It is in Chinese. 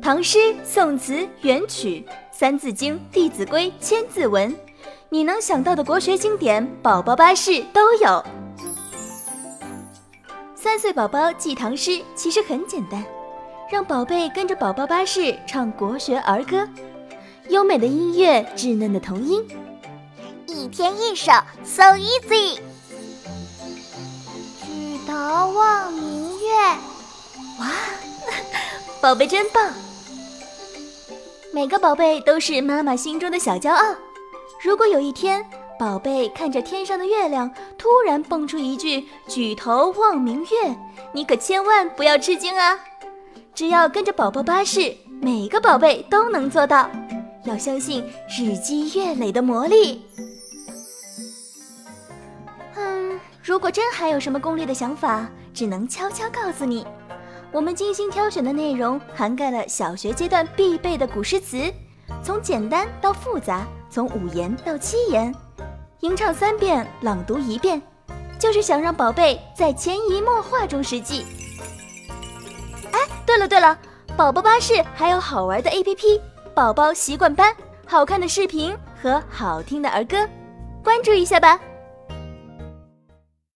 唐诗、宋词、元曲、三字经、弟子规、千字文，你能想到的国学经典，宝宝巴士都有。3岁宝宝记唐诗其实很简单，让宝贝跟着宝宝巴士唱国学儿歌，优美的音乐，稚嫩的童音， 一天一首 ，so easy。举头望明月， 哇，宝贝真棒！每个宝贝都是妈妈心中的小骄傲。如果有一天，宝贝看着天上的月亮，突然蹦出一句“举头望明月”，你可千万不要吃惊啊！只要跟着宝宝巴士，每个宝贝都能做到。要相信日积月累的魔力。如果真还有什么攻略的想法，只能悄悄告诉你。我们精心挑选的内容涵盖了小学阶段必备的古诗词，从简单到复杂，从5言到7言，吟唱3遍，朗读1遍，就是想让宝贝在潜移默化中实际。哎，对了，宝宝巴士还有好玩的 APP， 宝宝习惯班，好看的视频和好听的儿歌，关注一下吧。